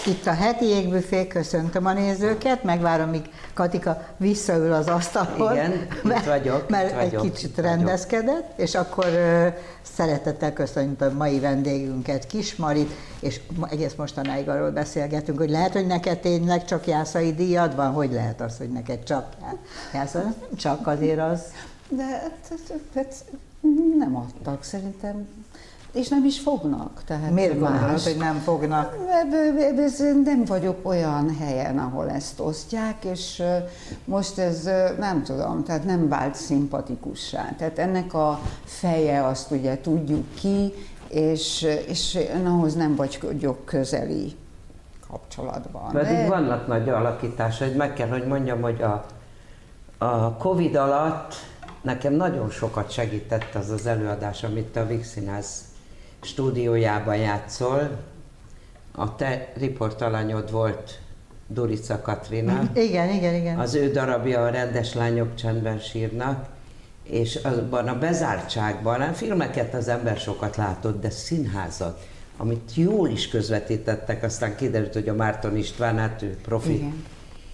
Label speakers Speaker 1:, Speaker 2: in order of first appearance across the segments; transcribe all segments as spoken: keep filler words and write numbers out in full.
Speaker 1: itt a heti jégbüfé, köszöntöm a nézőket, megvárom, míg Katika visszaül az asztalhoz.
Speaker 2: Igen,
Speaker 1: mert,
Speaker 2: itt vagyok,
Speaker 1: mert
Speaker 2: itt
Speaker 1: egy
Speaker 2: vagyok,
Speaker 1: kicsit
Speaker 2: itt
Speaker 1: rendezkedett,
Speaker 2: vagyok.
Speaker 1: és akkor uh, szeretettel köszönjük a mai vendégünket, Kismarit, és egész mostanáig arról beszélgetünk, hogy lehet, hogy neked tényleg csak Jászai díjad van, hogy lehet az, hogy neked csak Jászai, nem csak azért az.
Speaker 3: De hát, nem adtak szerintem, és nem is fognak. Tehát
Speaker 1: miért gondolod, hogy nem fognak?
Speaker 3: Nem vagyok olyan helyen, ahol ezt osztják, és most ez nem tudom, tehát nem vált szimpatikussá. Tehát ennek a feje azt ugye tudjuk ki, és, és én ahhoz nem vagyok közeli kapcsolatban.
Speaker 2: Pedig
Speaker 3: De...
Speaker 2: vannak nagy alakításai, meg kell, hogy mondjam, hogy a, a Covid alatt nekem nagyon sokat segített az az előadás, amit a Víg Színház stúdiójában játszol. A te riportalanyod volt Durica Katrina.
Speaker 1: Igen, igen, igen.
Speaker 2: Az ő darabja a Rendes lányok csendben sírnak, és abban a bezártságban, a filmeket az ember sokat látott, de színházat, amit jól is közvetítettek, aztán kiderült, hogy a Márton István, hát ő profi.
Speaker 3: Igen.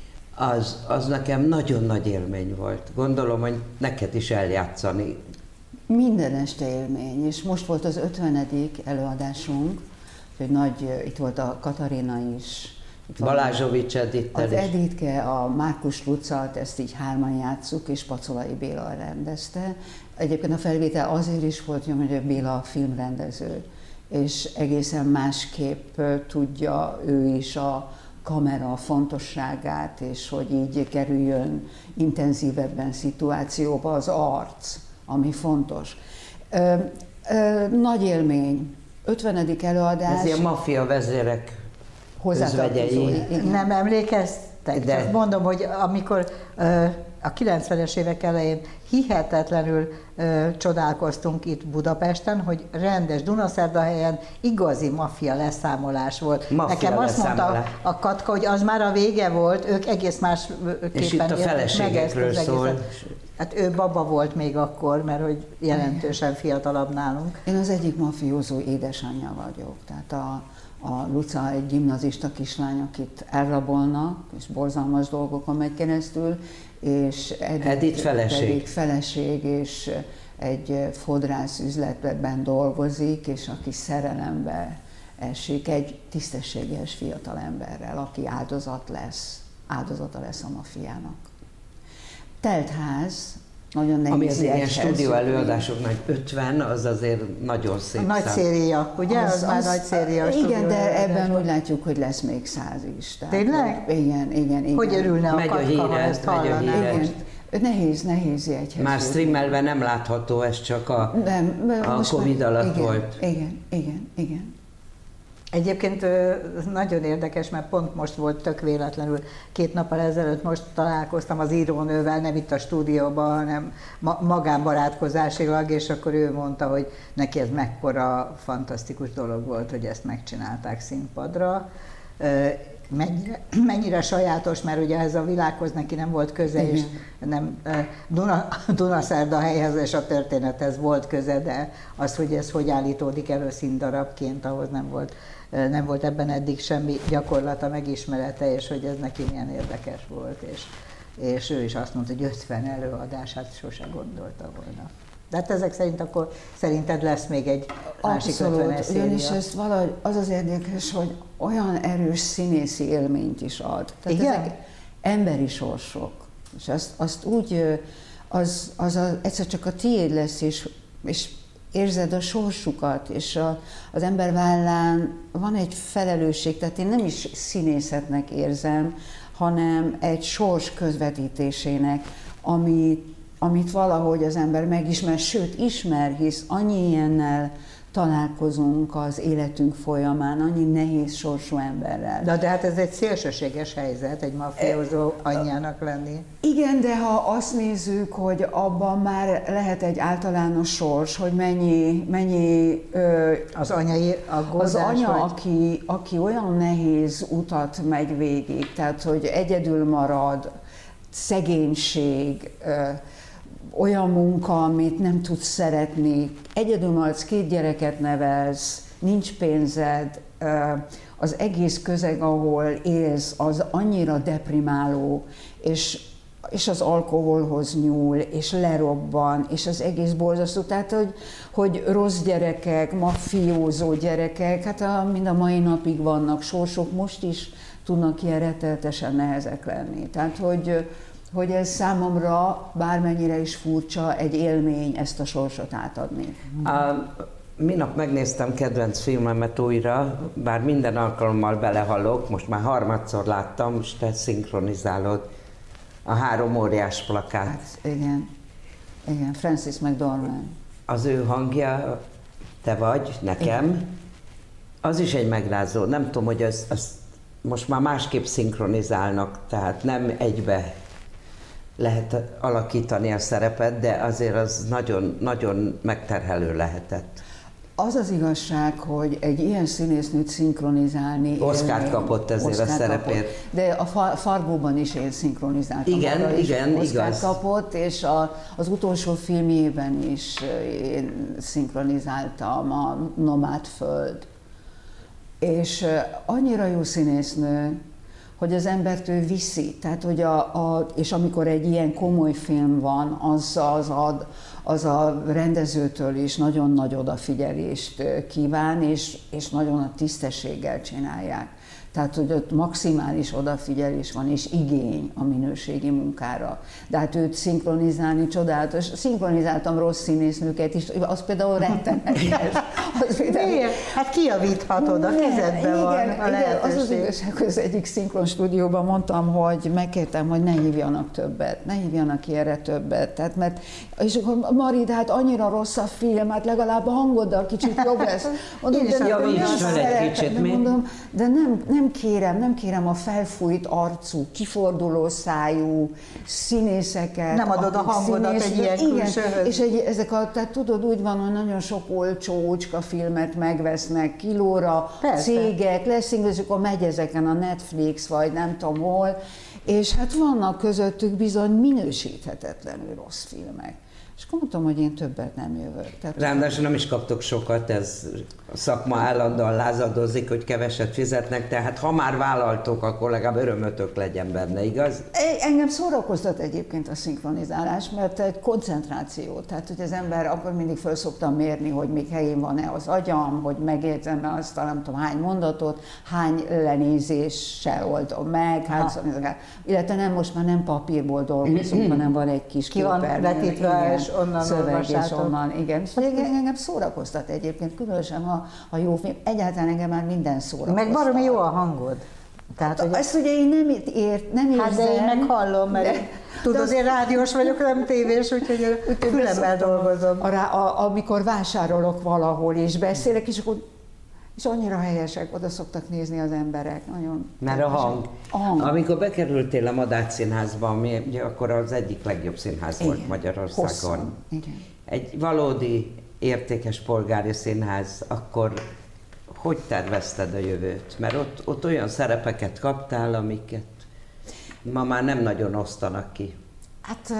Speaker 2: Az, az nekem nagyon nagy élmény volt. Gondolom, hogy neked is eljátszani.
Speaker 3: Minden este élmény, és most volt az ötvenedik előadásunk, hogy nagy, itt volt a Katarina is.
Speaker 2: Balázsovics Edittel
Speaker 3: Az
Speaker 2: is.
Speaker 3: Editke, a Márkus Lucat, ezt így hárman játsszuk, és Pacolai Béla rendezte. Egyébként a felvétel azért is volt, hogy Béla filmrendező, és egészen másképp tudja ő is a kamera fontosságát, és hogy így kerüljön intenzívebben szituációba az arc, ami fontos. Ö, ö, nagy élmény, ötvenedik előadás.
Speaker 2: Ez ilyen maffia vezérek közvegyei.
Speaker 1: Nem emlékeztek?
Speaker 2: De...
Speaker 1: Csak mondom, hogy amikor ö, a kilencvenes évek elején hihetetlenül ö, csodálkoztunk itt Budapesten, hogy rendes Dunaszerdahelyen igazi maffia leszámolás volt.
Speaker 2: Maffia
Speaker 1: Nekem azt
Speaker 2: leszámolás.
Speaker 1: mondta a Katka, hogy az már a vége volt, ők egész másképpen
Speaker 2: és itt a feleségekről szól.
Speaker 1: Hát ő baba volt még akkor, mert hogy jelentősen fiatalabb nálunk.
Speaker 3: Én az egyik mafiózó édesanyja vagyok, tehát a, a Luca egy gimnazista kislány, akit elrabolnak, és borzalmas dolgokon megy keresztül, és Edith,
Speaker 2: Edith feleség.
Speaker 3: pedig feleség, és egy fodrász üzletben dolgozik, és aki szerelembe esik egy tisztességes fiatal emberrel, aki áldozat lesz, áldozata lesz a mafiának. Teltház, nagyon nehéz.
Speaker 2: Ami az ilyen stúdió előadásoknak ötven, az azért nagyon szép
Speaker 1: Nagy
Speaker 2: szám.
Speaker 1: széria, ugye? Az, az már az, nagy széria.
Speaker 3: Igen, de ebben úgy látjuk, hogy lesz még száz is. Tehát,
Speaker 1: tényleg?
Speaker 3: Igen, igen, igen.
Speaker 1: Hogy örülne a
Speaker 2: megy
Speaker 1: Katka,
Speaker 2: a híre,
Speaker 1: ha ezt
Speaker 2: megy a
Speaker 1: hallaná?
Speaker 2: híre.
Speaker 3: Igen. Nehéz, nehéz jegyhez.
Speaker 2: Már streamelve nem látható, ez csak a,
Speaker 3: nem,
Speaker 2: a Covid már, alatt
Speaker 3: igen,
Speaker 2: volt.
Speaker 3: Igen, igen, igen.
Speaker 1: Egyébként nagyon érdekes, mert pont most volt tök véletlenül, két nappal ezelőtt most találkoztam az írónővel, nem itt a stúdióban, hanem magánbarátkozásilag, és akkor ő mondta, hogy neki ez mekkora fantasztikus dolog volt, hogy ezt megcsinálták színpadra. Mennyire, mennyire sajátos, mert ugye ez a világhoz neki nem volt köze, igen. És nem Duna, Dunaszerdahelyhez és a történethez volt köze, de az, hogy ez hogy állítódik elő színdarabként, ahhoz nem volt, nem volt ebben eddig semmi gyakorlata, megismerete, és hogy ez neki milyen érdekes volt, és, és ő is azt mondta, hogy ötven előadását sose gondolta volna. De hát ezek szerint akkor szerinted lesz még egy másik ötvenes széria?
Speaker 3: Ugyanis ez valahogy az az érdekes, hogy olyan erős színészi élményt is ad. Tehát
Speaker 1: igen?
Speaker 3: Ezek emberi sorsok. És azt, azt úgy, az, az a, egyszer csak a tiéd lesz, és, és érzed a sorsukat, és a, az ember vállán van egy felelősség, tehát én nem is színészetnek érzem, hanem egy sors közvetítésének, amit amit valahogy az ember megismer, sőt ismer, hisz annyi ilyennel találkozunk az életünk folyamán, annyi nehéz sorsú emberrel.
Speaker 1: De, de hát ez egy szélsőséges helyzet, egy mafiózó anyjának lenni.
Speaker 3: Igen, de ha azt nézzük, hogy abban már lehet egy általános sors, hogy mennyi... mennyi ö,
Speaker 1: az anyai aggódás?
Speaker 3: Az anya,
Speaker 1: vagy?
Speaker 3: aki, aki olyan nehéz utat megy végig, tehát hogy egyedül marad, szegénység, ö, olyan munka, amit nem tudsz szeretni, egyedül maradsz, két gyereket nevelsz, nincs pénzed, az egész közeg, ahol élsz, az annyira deprimáló, és, és az alkoholhoz nyúl, és lerobban, és az egész borzasztó. Tehát, hogy, hogy rossz gyerekek, mafiózó gyerekek, hát a, mind a mai napig vannak sorsok, most is tudnak ilyen rettenetesen nehezek lenni. Tehát, hogy, hogy ez számomra bármennyire is furcsa, egy élmény ezt a sorsot átadni.
Speaker 2: A, minap megnéztem kedvenc filmemet újra, bár minden alkalommal belehallok, most már harmadszor láttam, és te szinkronizálod a Három óriás plakát.
Speaker 3: Hát, igen, igen, Frances McDormand.
Speaker 2: Az ő hangja, te vagy, nekem, igen. Az is egy megrázó. Nem tudom, hogy ezt, ezt most már másképp szinkronizálnak, tehát nem egybe lehet alakítani a szerepet, de azért az nagyon, nagyon megterhelő lehetett.
Speaker 3: Az az igazság, hogy egy ilyen színésznőt szinkronizálni...
Speaker 2: Oscart kapott ezért Oscar a szerepért. Kapott,
Speaker 3: de a Fargóban is én szinkronizáltam.
Speaker 2: Igen, arra igen,
Speaker 3: is
Speaker 2: igaz.
Speaker 3: Oscart kapott, és a, az utolsó filmjében is én szinkronizáltam, a Nomád Föld. És annyira jó színésznő, hogy az embert ő viszi. Tehát, hogy a, a, és amikor egy ilyen komoly film van, az, az, ad, az a rendezőtől is nagyon nagy odafigyelést kíván, és, és nagyon a tisztességgel csinálják. Tehát, hogy ott maximális odafigyelés van, és igény a minőségi munkára. De hát őt szinkronizálni csodálatos. Szinkronizáltam rossz színésznőket is, az például rettenetes.
Speaker 1: Miért? Hát kijavíthatod, a kezedben van a lehetőség.
Speaker 3: Az az igazság, hogy az egyik szinkron stúdióban mondtam, hogy megkértem, hogy ne hívjanak többet, ne hívjanak ilyenre többet. Tehát, mert, és akkor Mari, de hát annyira rossz a film, hát legalább a hangoddal kicsit jobb lesz. Mondom, de
Speaker 2: javíts fel egy kicsit,
Speaker 3: de mondom, de nem, nem kérem, nem kérem a felfújt arcú, kiforduló szájú színészeket.
Speaker 1: Nem adod a hangodat egy ilyen külsőhöz.
Speaker 3: És egy, ezek a, tehát tudod, úgy van, hogy nagyon sok olcsó ócska filmet megvesznek kilóra, persze. Cégek, leszünk, és akkor megy ezeken a Netflix, vagy nem tudom hol, és hát vannak közöttük bizony minősíthetetlenül rossz filmek. És akkor mondtam, hogy én többet nem jövök. Tehát,
Speaker 2: ráadásul nem is kaptok sokat, ez a szakma állandóan lázadozik, hogy keveset fizetnek, tehát ha már vállaltok, akkor legalább örömötök legyen benne, igaz?
Speaker 3: Engem szórakoztat egyébként a szinkronizálás, mert egy koncentráció, tehát hogy az ember akkor mindig föl szoktam mérni, hogy még helyén van-e az agyam, hogy megértem-e azt a nem tudom hány mondatot, hány lenézéssel oldom meg, hát, illetve nem, most már nem papírból dolgozunk, hanem van egy kis
Speaker 1: ki van vetítve, és onnan
Speaker 3: szöveg, és onnan, igen. És engem szórakoztat egyébként, különösen a, a jó film. Egyáltalán engem már minden szórakoztat.
Speaker 1: Meg baromi jó a hangod. Tehát, hogy
Speaker 3: ezt ugye én nem ért, nem érzem.
Speaker 1: Hát de én meg hallom, mert de, tudod, de én rádiós vagyok, nem tévés, úgyhogy fülemmel dolgozom.
Speaker 3: A, a, amikor vásárolok valahol és beszélek, és akkor és annyira helyesek, oda szoktak nézni az emberek. Nagyon
Speaker 2: mert a hang. a hang. Amikor bekerültél a Madách Színházba, ami ugye akkor az egyik legjobb színház igen. volt Magyarországon.
Speaker 3: Hosszan. Igen.
Speaker 2: Egy valódi értékes polgári színház, akkor hogy tervezted a jövőt? Mert ott, ott olyan szerepeket kaptál, amiket ma már nem nagyon osztanak ki.
Speaker 3: Hát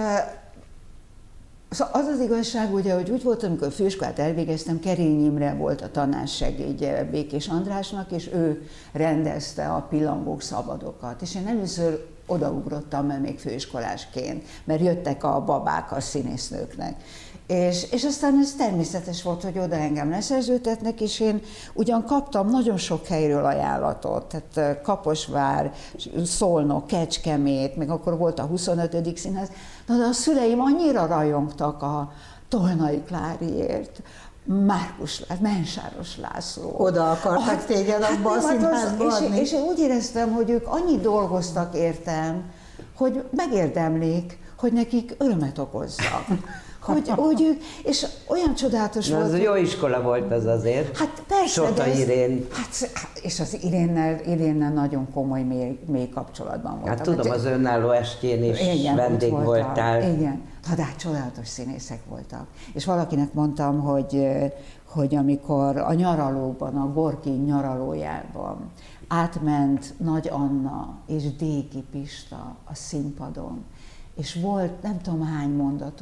Speaker 3: az az igazság, ugye, hogy úgy volt, amikor főiskolát elvégeztem, Kerény Imre volt a tanársegédje Békés Andrásnak, és ő rendezte a Pillangók szabadokat. És én először odaugrottam, mert még főiskolásként, mert jöttek a babák a színésznőknek. És, és aztán ez természetes volt, hogy oda engem leszerződtetnek, és én ugyan kaptam nagyon sok helyről ajánlatot, tehát Kaposvár, Szolnok, Kecskemét, még akkor volt a huszonötödik színház, de a szüleim annyira rajongtak a Tolnai Kláriért, Márkus, Mensáros László.
Speaker 1: Oda akartak hát, téged abban hát, a színházba
Speaker 3: az, adni. És, és én úgy éreztem, hogy ők annyit dolgoztak értem, hogy megérdemlik, hogy nekik örömet okozzak. Hogy, hogy ők, és olyan csodálatos
Speaker 2: na,
Speaker 3: volt.
Speaker 2: Ez jó iskola volt ez azért.
Speaker 3: Hát persze.
Speaker 2: Sota
Speaker 3: ez,
Speaker 2: Irén.
Speaker 3: Hát, és az Irénnel, Irénnel nagyon komoly, mély, mély kapcsolatban voltam.
Speaker 2: Hát tudom, az önálló estjén is
Speaker 3: igen,
Speaker 2: vendég voltál.
Speaker 3: Igen, hát, hát csodálatos színészek voltak. És valakinek mondtam, hogy, hogy amikor a nyaralóban, a Gorki nyaralójában átment Nagy Anna és Déki Pista a színpadon, és volt nem tudom hány mondatuk,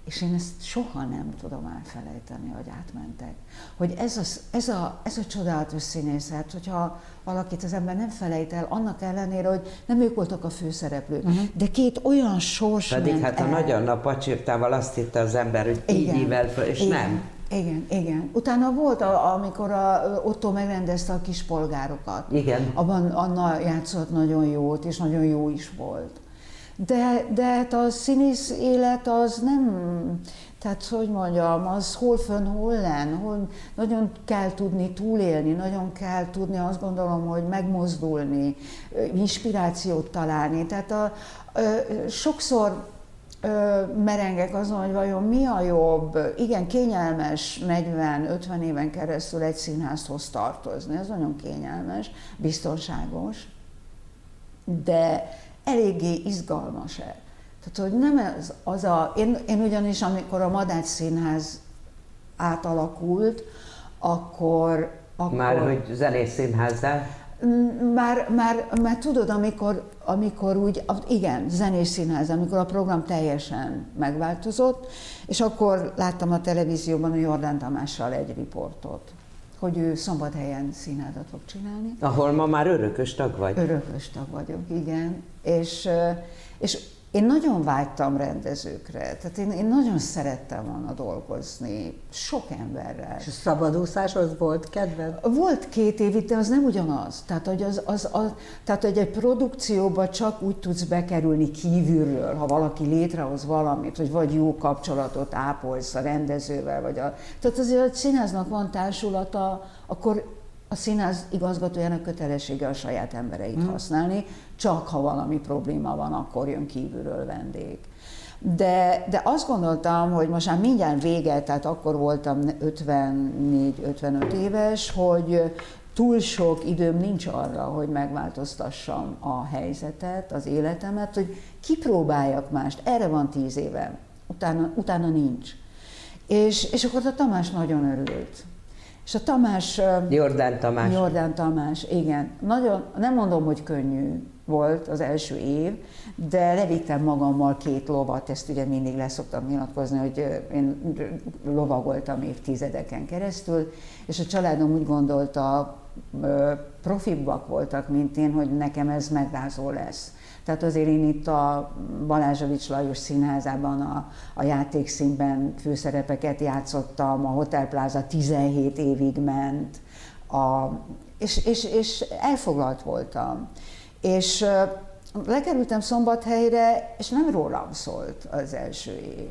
Speaker 3: És én ezt soha nem tudom elfelejteni, hogy átmentek. Hogy ez a, ez a, ez a csodálatos színészet, hogyha valakit az ember nem felejt el, annak ellenére, hogy nem ők voltak a főszereplők, uh-huh. de két olyan sors
Speaker 2: Pedig
Speaker 3: ment
Speaker 2: hát
Speaker 3: el.
Speaker 2: a Nagy Anna pacsirtával azt hitte az ember, hogy így ível föl, és
Speaker 3: igen,
Speaker 2: nem.
Speaker 3: Igen, igen. Utána volt, a, amikor a Otto megrendezte a Kispolgárokat.
Speaker 2: Igen.
Speaker 3: Abban Anna játszott nagyon jót, és nagyon jó is volt. De, de hát a színész élet az nem, tehát hogy mondjam, az hol fönn, hol len, hol nagyon kell tudni túlélni, nagyon kell tudni, azt gondolom, hogy megmozdulni, inspirációt találni. Tehát a, ö, sokszor ö, merengek azon, hogy vajon mi a jobb, igen, kényelmes negyven-ötven éven keresztül egy színházhoz tartozni, ez nagyon kényelmes, biztonságos, de eléggé izgalmas-e. Tehát, hogy nem ez az a... Én, én ugyanis, amikor a Madách Színház átalakult, akkor... akkor
Speaker 2: Már, hogy zenés színházzá?
Speaker 3: Már, már, már tudod, amikor, amikor úgy, igen, zenés színház, amikor a program teljesen megváltozott, és akkor láttam a televízióban a Jordán Tamással egy riportot, hogy ő Szombathelyen színházat fog csinálni.
Speaker 2: Ahol ma már örökös tag vagy.
Speaker 3: Örökös tag vagyok, igen. És, és én nagyon vágytam rendezőkre, tehát én, én nagyon szerettem volna dolgozni sok emberrel.
Speaker 1: És a szabadúszáshoz volt kedved?
Speaker 3: Volt két év, de az nem ugyanaz. Tehát, hogy, az, az, az, tehát, hogy egy produkcióba csak úgy tudsz bekerülni kívülről, ha valaki létrehoz valamit, hogy vagy jó kapcsolatot ápolsz a rendezővel, vagy a... Tehát azért a színháznak van társulata, akkor a színház igazgatójának kötelessége a saját embereit hmm. használni, csak ha valami probléma van, akkor jön kívülről vendég. De, de azt gondoltam, hogy most már mindjárt vége, tehát akkor voltam ötvennégy-ötvenöt éves, hogy túl sok időm nincs arra, hogy megváltoztassam a helyzetet, az életemet, hogy kipróbáljak mást. Erre van tíz évem, utána, utána nincs. És, és akkor a Tamás nagyon örült. És a Tamás...
Speaker 2: Jordán Tamás.
Speaker 3: Jordán Tamás, igen. Nagyon, nem mondom, hogy könnyű volt az első év, de levittem magammal két lovat, ezt ugye mindig leszoktam nyilatkozni, hogy én lovagoltam évtizedeken keresztül, és a családom úgy gondolta, profibbak voltak, mint én, hogy nekem ez megrázó lesz. Tehát azért én itt a Balázsovics Lajos Színházában a, a játékszínben főszerepeket játszottam, a Hotel Plaza tizenhét évig ment, a, és, és, és elfoglalt voltam. És lekerültem Szombathelyre, és nem rólam szólt az első év.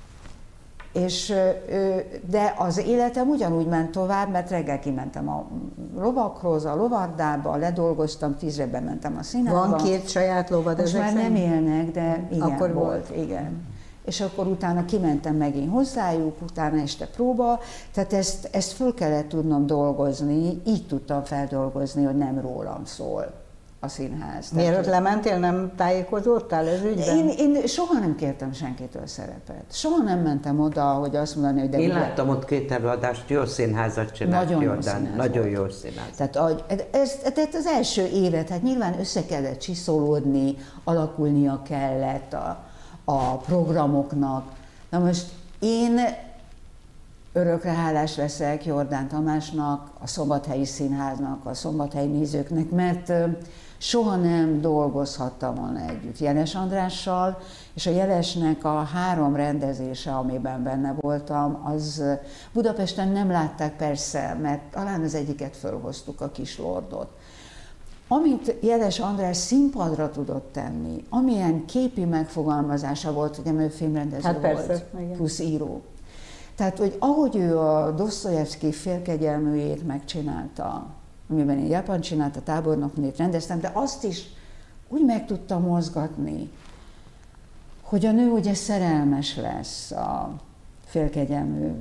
Speaker 3: És, de az életem ugyanúgy ment tovább, mert reggel kimentem a lovakhoz, a lovardába, ledolgoztam, tízre bementem a színházba.
Speaker 1: Van két saját lovad?
Speaker 3: Most már nem élnek, de igen,
Speaker 1: akkor
Speaker 3: volt,
Speaker 1: volt.
Speaker 3: igen. És akkor utána kimentem megint hozzájuk, utána este próba, tehát ezt, ezt föl kellett tudnom dolgozni, így tudtam feldolgozni, hogy nem rólam szól a színház.
Speaker 1: Mielőtt lementél, nem tájékozódtál ez ügyben?
Speaker 3: Én, én soha nem kértem senkitől szerepet. Soha nem mentem oda, hogy azt mondani, hogy... De
Speaker 2: én
Speaker 3: ugye...
Speaker 2: láttam ott két előadást, jó színházat csinált
Speaker 3: Nagyon
Speaker 2: Jordán.
Speaker 3: jó
Speaker 2: Nagyon
Speaker 3: volt.
Speaker 2: jó színház.
Speaker 3: Tehát ahogy, ez, ez az első évet, hát nyilván össze kellett csiszolódni, alakulnia kellett a, a programoknak. Na most én örökre hálás leszek Jordán Tamásnak, a Szombathelyi Színháznak, a szombathelyi nézőknek, mert soha nem dolgozhattam volna együtt Jeles Andrással, és a Jelesnek a három rendezése, amiben benne voltam, az Budapesten nem látták persze, mert talán az egyiket fölhoztuk, a Kislordot. Amit Jeles András színpadra tudott tenni, amilyen képi megfogalmazása volt, ugye ő filmrendező
Speaker 1: hát
Speaker 3: volt,
Speaker 1: persze, igen.
Speaker 3: plusz író. Tehát, hogy ahogy ő a Dosztojevszky Félkegyelműjét megcsinálta, amiben én Japán csinálta, Tábornoknőt rendeztem, de azt is úgy meg tudta mozgatni, hogy a nő ugye szerelmes lesz a Félkegyelmű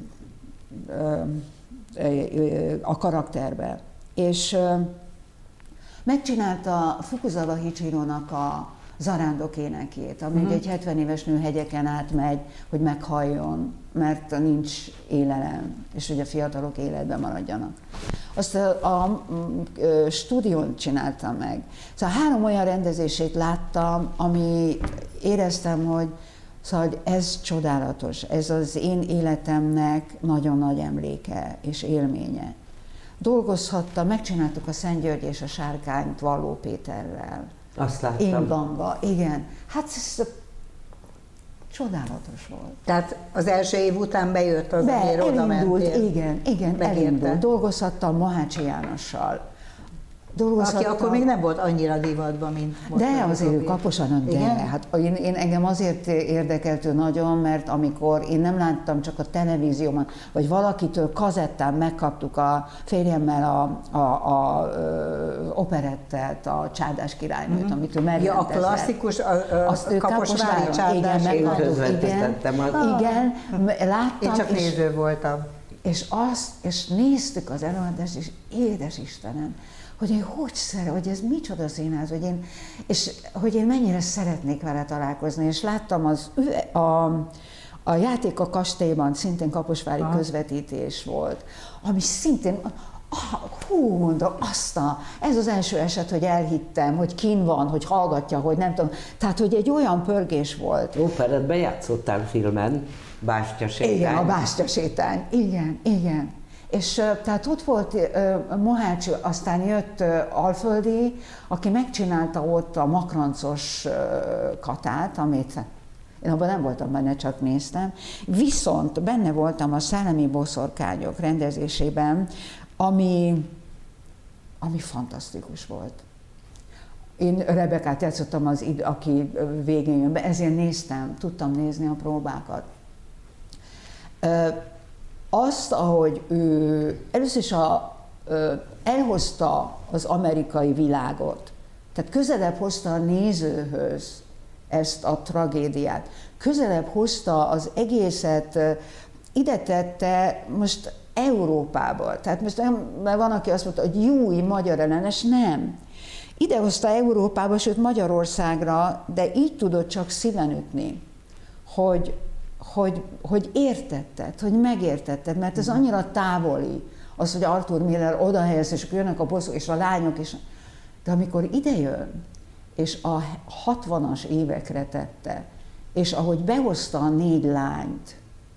Speaker 3: a karakterbe. És megcsinálta Fukuzawa Hichironak a Zarándok énekét, ami uh-huh. egy hetven éves nő hegyeken átmegy, hogy meghalljon, mert nincs élelem, és hogy a fiatalok életben maradjanak. Azt a, a, a, a stúdión csináltam meg. Szóval három olyan rendezését láttam, ami éreztem, hogy Szóval hogy ez csodálatos, ez az én életemnek nagyon nagy emléke és élménye. Dolgozhattam, megcsináltuk a Szent György és a Sárkányt Valló Péterrel.
Speaker 2: Azt láttam.
Speaker 3: Ingbanba, igen. Hát ez csodálatos volt.
Speaker 1: Tehát az első év után bejött az,
Speaker 3: Be,
Speaker 1: amiért oda
Speaker 3: elindult,
Speaker 1: mentél.
Speaker 3: igen, igen,
Speaker 1: Megérte.
Speaker 3: elindult. Dolgozhattam Mohácsi Jánossal.
Speaker 1: Aki akkor még nem volt annyira divatban, mint most.
Speaker 3: De azért ő kaposan, de
Speaker 1: igen?
Speaker 3: hát én, én engem azért érdekelt ő nagyon, mert amikor én nem láttam csak a televízióban, vagy valakitől kazettán megkaptuk a férjemmel a, a, a, a operettet, a Csádás királynőt, mm-hmm. amit ő megrendezett.
Speaker 1: Ja, a klasszikus, a, a
Speaker 3: Azt ő
Speaker 1: Kaposvári Csádás.
Speaker 3: Igen, megkaptuk, igen,
Speaker 2: az.
Speaker 3: igen, láttam.
Speaker 1: Én csak
Speaker 3: és,
Speaker 1: néző voltam.
Speaker 3: És azt, és néztük az előadást, és édes Istenem, hogy én hogy szeret, hogy ez micsoda színház, hogy én, és hogy én mennyire szeretnék vele találkozni, és láttam az a, a Játék a kastélyban, szintén kaposvári Aha. közvetítés volt, ami szintén, ah, hú, mondom, azt a, ez az első eset, hogy elhittem, hogy kin van, hogy hallgatja, hogy nem tudom, tehát, hogy egy olyan pörgés volt.
Speaker 2: Operetben játszottál filmen, Bástyasétány.
Speaker 3: Igen, a Bástyasétány, igen, igen. És tehát ott volt uh, Mohács, aztán jött uh, Alföldi, aki megcsinálta ott a Makrancos uh, Katát, amit én abban nem voltam benne, csak néztem. Viszont benne voltam a Szellemi boszorkányok rendezésében, ami, ami fantasztikus volt. Én Rebekát játszottam, az, aki végén jön be, ezért néztem, tudtam nézni a próbákat. Uh, Azt, ahogy ő először is a, ö, elhozta az amerikai világot, tehát közelebb hozta a nézőhöz ezt a tragédiát, közelebb hozta az egészet, ide tette most Európába. Tehát most nem, mert van, aki azt mondta, hogy júj, magyar ellenes, nem. Ide hozta Európába, sőt Magyarországra, de így tudott csak szíven ütni, hogy Hogy, hogy értetted, hogy megértetted, mert ez annyira távoli, az, hogy Arthur Miller oda helyez, és akkor jönnek a bosszúk, és a lányok, és... de amikor idejön, és a hatvanas évekre tette, és ahogy behozta a négy lányt,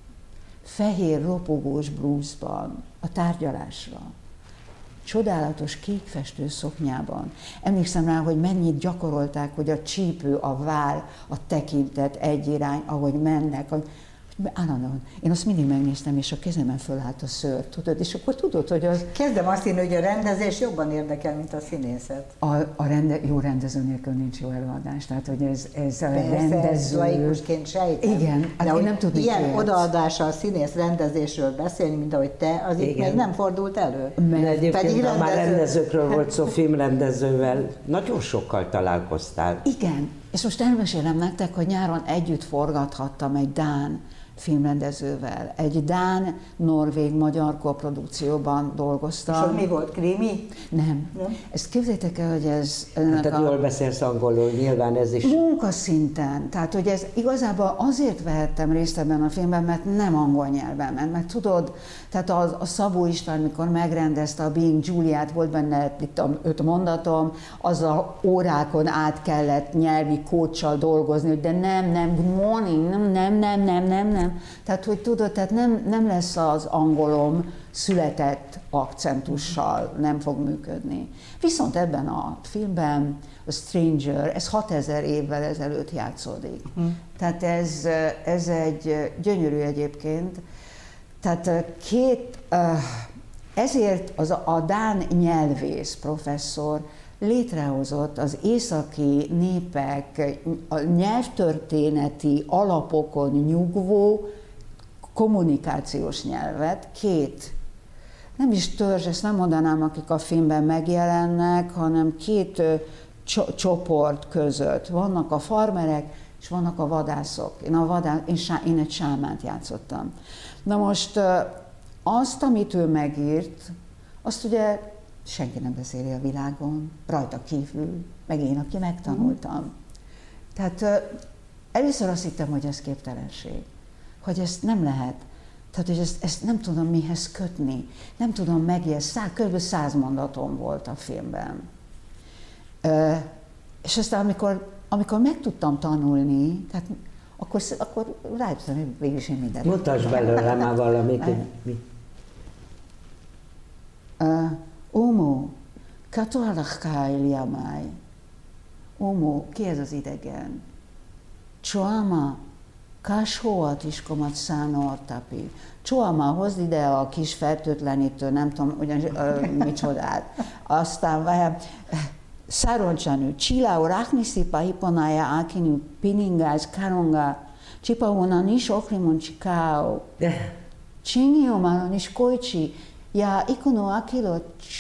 Speaker 3: fehér ropogós blúzban a tárgyalásra, csodálatos kékfestő szoknyában. Emlékszem rá, hogy mennyit gyakorolták, hogy a csípő, a váll, a tekintet egy irány, ahogy mennek. Hogy állandóan. Én azt mindig megnéztem, és a kezemen fölállt a szőr, tudod, és akkor tudod, hogy az...
Speaker 1: Kezdem azt hinni, hogy a rendezés jobban érdekel, mint a színészet.
Speaker 3: A, a rende, jó rendező nélkül nincs jó előadás, tehát hogy ez, ez a
Speaker 1: Persze,
Speaker 3: rendező...
Speaker 1: laikusként sejtem.
Speaker 3: Igen, hát én nem tudnék
Speaker 1: ilyen
Speaker 3: ilyet.
Speaker 1: Odaadással a színész rendezésről beszélni, mint ahogy te, az itt még nem fordult elő.
Speaker 2: Mert egyébként,
Speaker 1: Pedig
Speaker 2: ha már
Speaker 1: rendező...
Speaker 2: rendezőkről volt szó, filmrendezővel, nagyon sokkal találkoztál.
Speaker 3: Igen, és most elmesélem nektek, hogy nyáron együtt forgathattam egy dán filmrendezővel. Egy dán-norvég-magyar koprodukcióban dolgoztam.
Speaker 1: És mi volt, krimi?
Speaker 3: Nem. Nem. Ezt képzeljétek el, hogy ez...
Speaker 2: Hát, tehát a... jól beszélsz angolul, nyilván ez is...
Speaker 3: Munkaszinten. Tehát, hogy ez igazából azért vehettem részt ebben a filmben, mert nem angol nyelven ment. Mert tudod, tehát a, a Szabó István, mikor megrendezte a Being Juliet, volt benne itt a öt mondatom, az a órákon át kellett nyelvi kóccsal dolgozni, hogy de nem, nem, good morning, nem, nem, nem, nem, nem, nem. Tehát, hogy tudod, tehát nem, nem lesz az angolom született akcentussal, nem fog működni. Viszont ebben a filmben a Stranger, ez hatezer évvel ezelőtt játszódik. Uh-huh. Tehát ez, ez egy gyönyörű egyébként. Tehát két, ezért az a dán nyelvész professzor létrehozott az északi népek a nyelvtörténeti alapokon nyugvó kommunikációs nyelvet, két, nem is törzs, ezt nem mondanám, akik a filmben megjelennek, hanem két cso- csoport között. Vannak a farmerek, és vannak a vadászok. Én, a vadász, én, sá, én egy sámánt játszottam. Na most azt, amit ő megírt, azt ugye senki nem beszéli a világon, rajta kívül, meg én, aki megtanultam. Tehát először azt hittem, hogy ez képtelenség, hogy ezt nem lehet, tehát hogy ezt, ezt nem tudom mihez kötni, nem tudom megjegyezni, kb. száz mondatom volt a filmben. És aztán amikor, amikor meg tudtam tanulni, tehát akkor, akkor rájöttem, hogy végülis én mindent.
Speaker 2: Mutasd belőle már valamit, hogy mi.
Speaker 3: Omo, katoalakkáil jamáj. Omo, ki ez az idegen? Csoama, káshoat is komat szánortapi. Csoama, hozd ide a kis fertőtlenítő, nem tudom, ugyanis uh, micsodát. Aztán várjál, Szároncsanő, Csilao, Rákniszipa, Hiponája, Ákinű, Piningás, Karonga, Csipahónan is, Okrimon, Csikao, Csingiómánon is, Kojcsi, Ja, ikono akilo,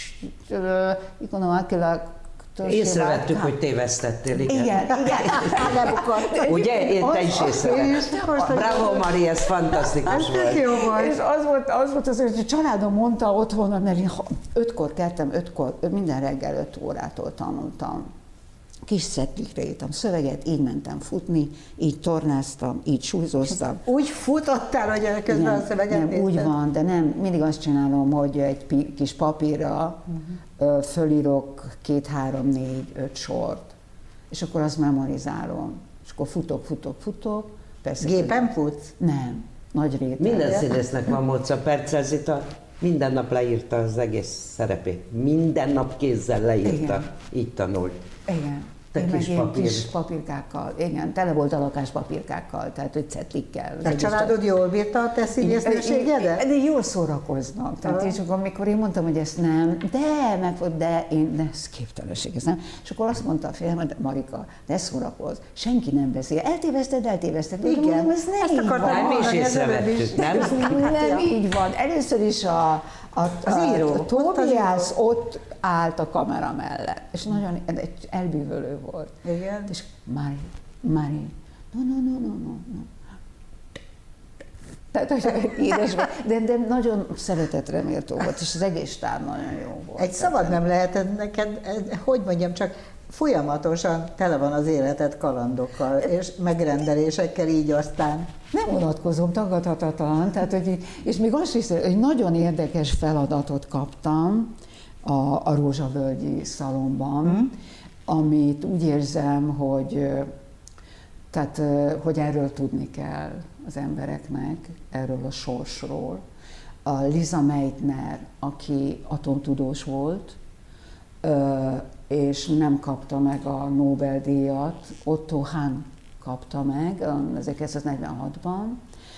Speaker 3: ikono akilo,
Speaker 2: Észrevettük, hogy tévesztettél, igen.
Speaker 3: Igen, igen.
Speaker 2: Ugye? Te is észrevetted. Bravo, Mari, ez fantasztikus volt.
Speaker 1: Jó volt.
Speaker 3: És az volt, az volt az, hogy a családom mondta otthon, mert én ötkor keltem, ötkor, minden reggel öt órától tanultam. Kis szettikre írtam szöveget, így mentem futni, így tornáztam, így súlyzoztam.
Speaker 1: Úgy futottál, hogy közben
Speaker 3: nem,
Speaker 1: a szöveget
Speaker 3: nem,
Speaker 1: nézted?
Speaker 3: úgy van, de nem, mindig azt csinálom, hogy egy pi, kis papírra uh-huh. fölírok két, három, négy, öt sort, és akkor azt memorizálom. És akkor futok, futok, futok. Persze,
Speaker 1: Gépen futsz?
Speaker 3: Nem, nagy réten.
Speaker 2: Minden színésznek van módszer, Percel minden nap leírta az egész szerepét. Minden nap kézzel leírta, igen. Így tanult.
Speaker 3: Igen.
Speaker 2: Te
Speaker 3: én
Speaker 2: kis
Speaker 3: meg
Speaker 2: papír.
Speaker 3: kis papírkákkal, igen, tele volt a lakás papírkákkal, tehát hogy cetlikkel.
Speaker 1: De a családod jól bírta a te színésznőségedet?
Speaker 3: De jól szórakoznak. Tehát és akkor, amikor én mondtam, hogy ezt nem, de, meg, de én, de ez képtelenség, ez nem. És akkor azt mondta a férjem, hogy Marika, ne szórakozz, senki nem beszél. Eltéveszted, eltéveszted.
Speaker 1: Igen,
Speaker 3: mondom, ez nem így van.
Speaker 2: Nem, mi is észrevettük, nem?
Speaker 3: Nem így van. Először is a, a,
Speaker 1: az
Speaker 3: a,
Speaker 1: író,
Speaker 3: a Tóbiász ott állt a kamera mellett, és nagyon egy elbűvölő volt.
Speaker 1: Igen.
Speaker 3: És Mari, Mari, no, no, no, no, no, no. Tehát, hogy édes volt, de, de nagyon szeretetre méltó volt, és az egész stáb nagyon jó volt.
Speaker 1: Egy szabad nem lehetett neked, hogy mondjam, csak folyamatosan tele van az életed kalandokkal és megrendelésekkel, így aztán.
Speaker 3: Nem unatkozom, tagadhatatlan, tehát, hogy, és még azt is, hogy nagyon érdekes feladatot kaptam a, a Rózsavölgyi szalomban, mm. amit úgy érzem, hogy, tehát, hogy erről tudni kell az embereknek, erről a sorsról. A Liza Meitner, aki atomtudós volt, és nem kapta meg a Nobel-díjat, Otto Hahn kapta meg ezerkilencszáznegyvenhatban,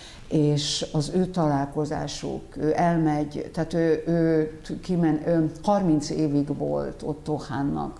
Speaker 3: és az ő találkozásuk, ő elmegy, tehát ő, ő, kimen, ő harminc évig volt Otto Hahnnak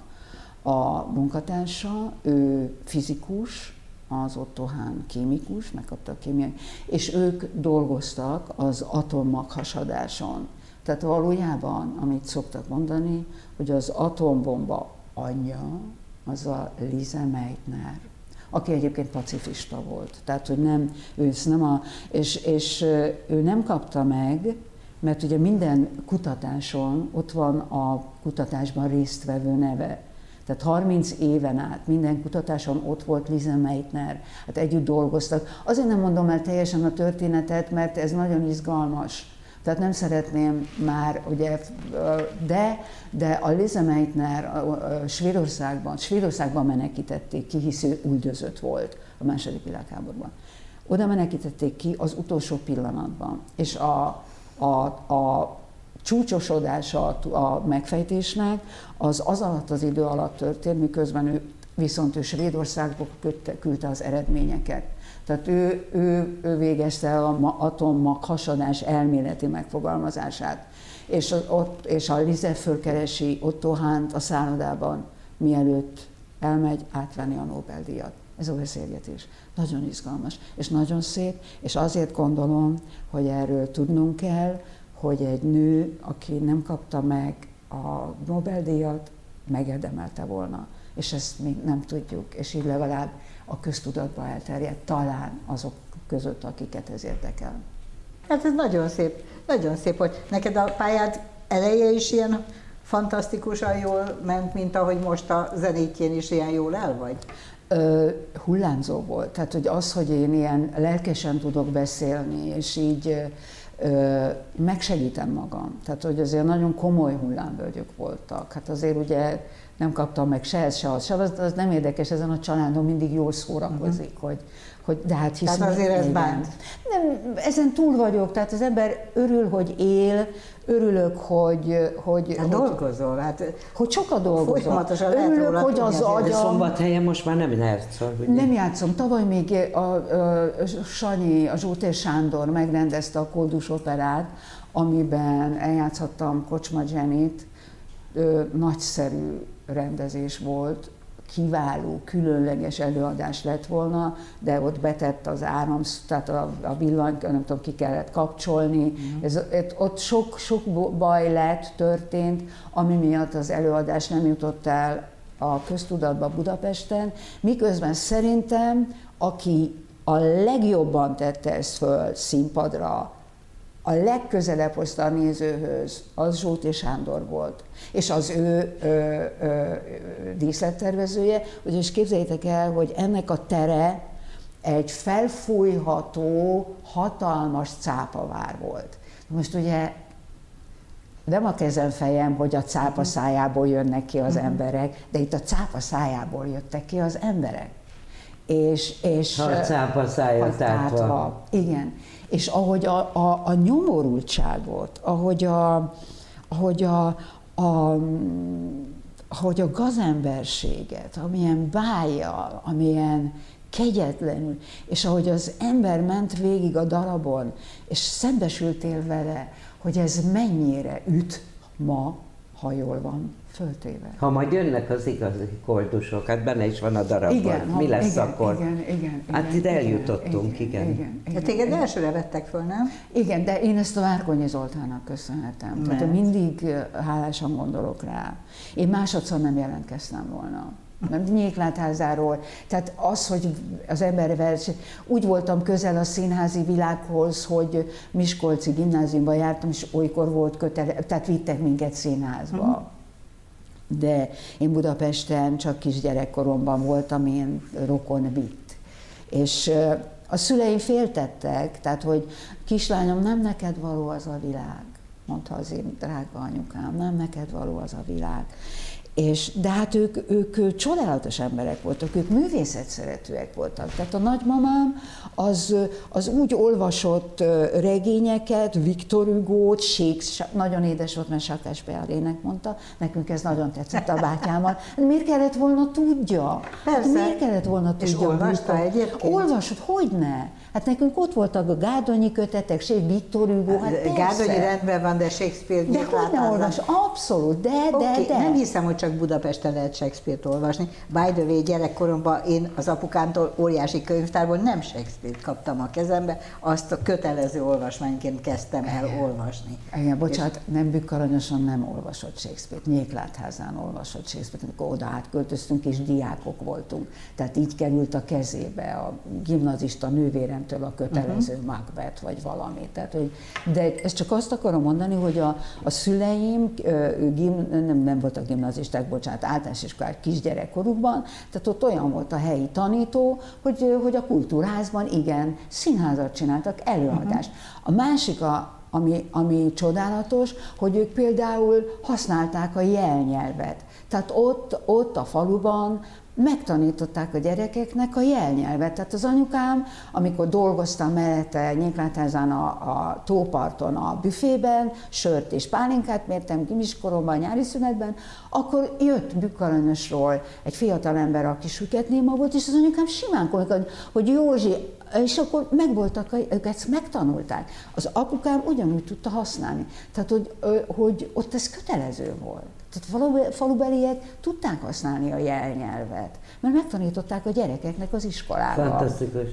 Speaker 3: a munkatársa, ő fizikus, az Otto Hahn kémikus, megkapta a kémiai, és ők dolgoztak az atommaghasadáson. Tehát valójában, amit szoktak mondani, hogy az atombomba anyja, az a Lise Meitner, aki egyébként pacifista volt. Tehát, hogy nem, ő nem a, és, és ő nem kapta meg, mert ugye minden kutatáson ott van a kutatásban résztvevő neve. Tehát harminc éven át minden kutatáson ott volt Lise Meitner, hát együtt dolgoztak. Azért nem mondom el teljesen a történetet, mert ez nagyon izgalmas. Tehát nem szeretném már, ugye, de, de a Lise Meitner Svédországban, Svédországban menekítették ki, hisz ő üldözött volt a második világháborúban. Oda menekítették ki az utolsó pillanatban, és a, a, a csúcsosodása a megfejtésnek az az alatt az idő alatt történt, miközben ő viszont ő Svédországba küldte az eredményeket. Tehát ő, ő, ő végezte el az atommaghasadás elméleti megfogalmazását, és, ott, és a Lise fölkeresi Otto Hahnt a szállodában, mielőtt elmegy átvenni a Nobel-díjat. Ez a beszélgetés. Nagyon izgalmas, és nagyon szép, és azért gondolom, hogy erről tudnunk kell, hogy egy nő, aki nem kapta meg a Nobel-díjat, megérdemelte volna. És ezt még nem tudjuk, és így legalább a köztudatba elterjedt, talán azok között, akiket ez érdekel.
Speaker 1: Hát ez nagyon szép, nagyon szép, hogy neked a pályád eleje is ilyen fantasztikusan jól ment, mint ahogy most a zenítjén is ilyen jól el vagy?
Speaker 3: Ö, hullámzó volt, tehát hogy az, hogy én ilyen lelkesen tudok beszélni, és így ö, megsegítem magam. Tehát, hogy azért nagyon komoly hullámvölgyök voltak. Hát azért ugye nem kaptam meg se ez, se az, se az, az nem érdekes, ezen a családon mindig jól szórakozik, uh-huh. hogy, hogy de hát hiszem.
Speaker 1: Tehát azért ez bánt.
Speaker 3: Nem, ezen túl vagyok, tehát az ember örül, hogy él, örülök, hogy... hogy,
Speaker 1: hát
Speaker 3: hogy
Speaker 1: dolgozol, hát...
Speaker 3: Hogy sokat dolgozol.
Speaker 1: Folyamatosan lehet
Speaker 3: örülök,
Speaker 1: róla
Speaker 3: hogy az
Speaker 2: agyam...
Speaker 3: agyam...
Speaker 2: Szombathelyen most már nem játszol, ugye?
Speaker 3: Nem játszom. Tavaly még a, a, a Sanyi, a Zsótér Sándor megrendezte a Koldus Operát, amiben eljátszhattam Kocsma Jennyt. Ö, nagyszerű rendezés volt, kiváló, különleges előadás lett volna, de ott betett az áram, tehát a, a villany, nem tudom, ki kellett kapcsolni. Mm. Ez, ott sok, sok baj lett, történt, ami miatt az előadás nem jutott el a köztudatba Budapesten, miközben szerintem, aki a legjobban tette ezt föl színpadra, a legközelebb hozta a nézőhöz, az Zsótér Sándor volt, és az ő ö, ö, díszlettervezője, és képzeljétek el, hogy ennek a tere egy felfújható, hatalmas cápavár volt. Most ugye nem a kezem fejem, hogy a cápa szájából jönnek ki az emberek, de itt a cápa szájából jöttek ki az emberek. És, és,
Speaker 2: ha a cápa szája tátva.
Speaker 3: Igen. És ahogy a, a, a nyomorultságot, ahogy a, ahogy a, a, ahogy a gazemberséget, amilyen bájjal, amilyen kegyetlenül, és ahogy az ember ment végig a darabon, és szembesültél vele, hogy ez mennyire üt ma, ha jól van föltéve.
Speaker 2: Ha majd jönnek az igazi koldusok, hát benne is van a darabban,
Speaker 3: igen,
Speaker 2: mi lesz
Speaker 3: igen,
Speaker 2: akkor?
Speaker 3: Igen, igen,
Speaker 2: hát
Speaker 3: igen,
Speaker 2: ide
Speaker 3: igen,
Speaker 2: eljutottunk, igen.
Speaker 3: igen. igen, igen
Speaker 1: de téged igen. elsőre vettek föl, nem?
Speaker 3: Igen, de én ezt a Várkonyi Zoltánnak köszönhetem. Mert. Tehát mindig hálásan gondolok rá. Én másodszor nem jelentkeztem volna. Nem Nyéklátházáról. Tehát az, hogy az ember úgy voltam közel a színházi világhoz, hogy Miskolci gimnáziumban jártam, és olykor volt kötele, tehát vittek minket színházba. Uh-huh. De én Budapesten csak kisgyerekkoromban voltam, én rokon vitt. És a szüleim féltettek, tehát hogy kislányom, nem neked való az a világ, mondta az én drága anyukám, nem neked való az a világ. És, de hát ők, ők csodálatos emberek voltak, ők művészetszeretőek voltak. Tehát a nagymamám az, az úgy olvasott regényeket, Victor Hugót, Shakespeare, nagyon édes volt, mert Shakespeare-ének mondta, nekünk ez nagyon tetszett a bátyámmal. Miért kellett volna tudja?
Speaker 1: Persze.
Speaker 3: Miért kellett volna tudja?
Speaker 1: És olvasta egyébként?
Speaker 3: Olvasott, hogyne? Hát nekünk ott voltak a Gárdonyi kötetek, Victor Hugo, hát persze.
Speaker 1: Gárdonyi rendben van, de Shakespeare
Speaker 3: de hogy ne olvas? Abszolút, de,
Speaker 1: okay,
Speaker 3: de, de.
Speaker 1: Nem hiszem, hogy csak Budapesten lehet Shakespeare-t olvasni. By the way, gyerekkoromban én az apukámtól óriási könyvtárból nem Shakespeare-t kaptam a kezembe, azt a kötelező olvasmányként kezdtem el olvasni.
Speaker 3: Igen, bocsánat, és... nem Bükk-Aranyoson nem olvasott Shakespeare-t, Nyéklátházán olvasott Shakespeare-t, amikor oda átköltöztünk és diákok voltunk. Tehát így került a kezébe a gimnazista nővéremtől a kötelező uh-huh. Macbeth vagy valami. Tehát, hogy, de ezt csak azt akarom mondani, hogy a, a szüleim gim, nem, nem voltak gimnazisták, bocsánat, általános iskolák kisgyerekkorukban, tehát ott olyan volt a helyi tanító, hogy, hogy a kultúrházban igen, színházat csináltak, előadást. Uh-huh. A másik, a, ami, ami csodálatos, hogy ők például használták a jelnyelvet. Tehát ott, ott a faluban megtanították a gyerekeknek a jelnyelvet. Tehát az anyukám, amikor dolgoztam mellette Nyéklátházán a, a tóparton a büfében, sört és pálinkát mértem kimiskoromban, nyári szünetben, akkor jött Bükk-Aranyosról egy fiatal ember, aki süketnéma volt, és az anyukám simán komolyan, hogy Józsi, és akkor megvoltak, ők ezt megtanulták. Az apukám ugyanúgy tudta használni. Tehát, hogy, hogy ott ez kötelező volt. Tehát falubeliek tudták használni a jelnyelvet, mert megtanították a gyerekeknek az iskolában.
Speaker 2: Fantasztikus.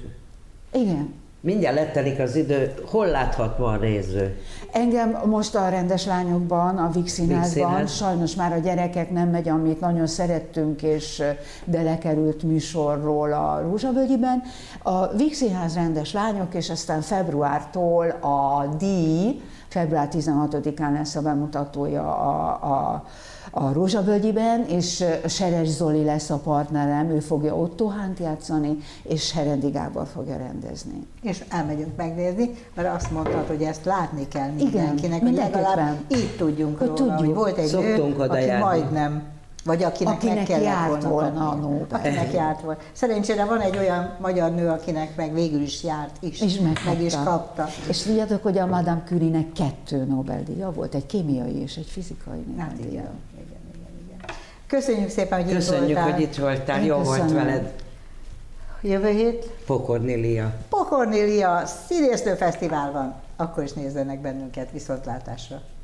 Speaker 3: Igen.
Speaker 2: Mindjárt lettelik az idő. Hol láthat ma a néző?
Speaker 3: Engem most a Rendes Lányokban, a Víg Színházban, sajnos már a gyerekek nem megy, amit nagyon szerettünk, és belekerült műsorról a Rózsavölgyiben. A Víg Színház Rendes Lányok, és aztán februártól a díj, február tizenhatodikán lesz a bemutatója a, a, a Rózsavölgyiben, és Seres Zoli lesz a partnerem, ő fogja Otto Hánt játszani, és Herendi Gábor fogja rendezni.
Speaker 1: És elmegyünk megnézni, mert azt mondtad, hogy ezt látni kell mindenkinek,
Speaker 3: igen,
Speaker 1: hogy legalább így tudjunk
Speaker 3: hogy
Speaker 1: róla,
Speaker 3: tudjuk.
Speaker 1: hogy volt egy nő, aki
Speaker 2: járni.
Speaker 1: majdnem Vagy akinek,
Speaker 3: akinek
Speaker 1: meg kellett
Speaker 3: járt
Speaker 1: volna,
Speaker 3: volna a Nobel.
Speaker 1: Akinek járt volna. Szerencsére van egy olyan magyar nő, akinek meg végül is járt is,
Speaker 3: És
Speaker 1: meg is kapta.
Speaker 3: És tudjátok, hogy a Madame Curie-nek kettő Nobel-díja volt, egy kémiai és egy fizikai
Speaker 1: Hát
Speaker 3: Nobel-díja.
Speaker 1: igen, igen, igen, igen. Köszönjük szépen, hogy
Speaker 2: Köszönjük,
Speaker 1: itt voltál.
Speaker 2: hogy itt voltál,
Speaker 3: Én
Speaker 2: jó volt
Speaker 3: köszönöm.
Speaker 2: veled.
Speaker 1: Jövő hét
Speaker 2: Pokornélia.
Speaker 1: Pokornélia Színésznő Fesztivál van. Akkor is nézzenek bennünket, viszontlátásra.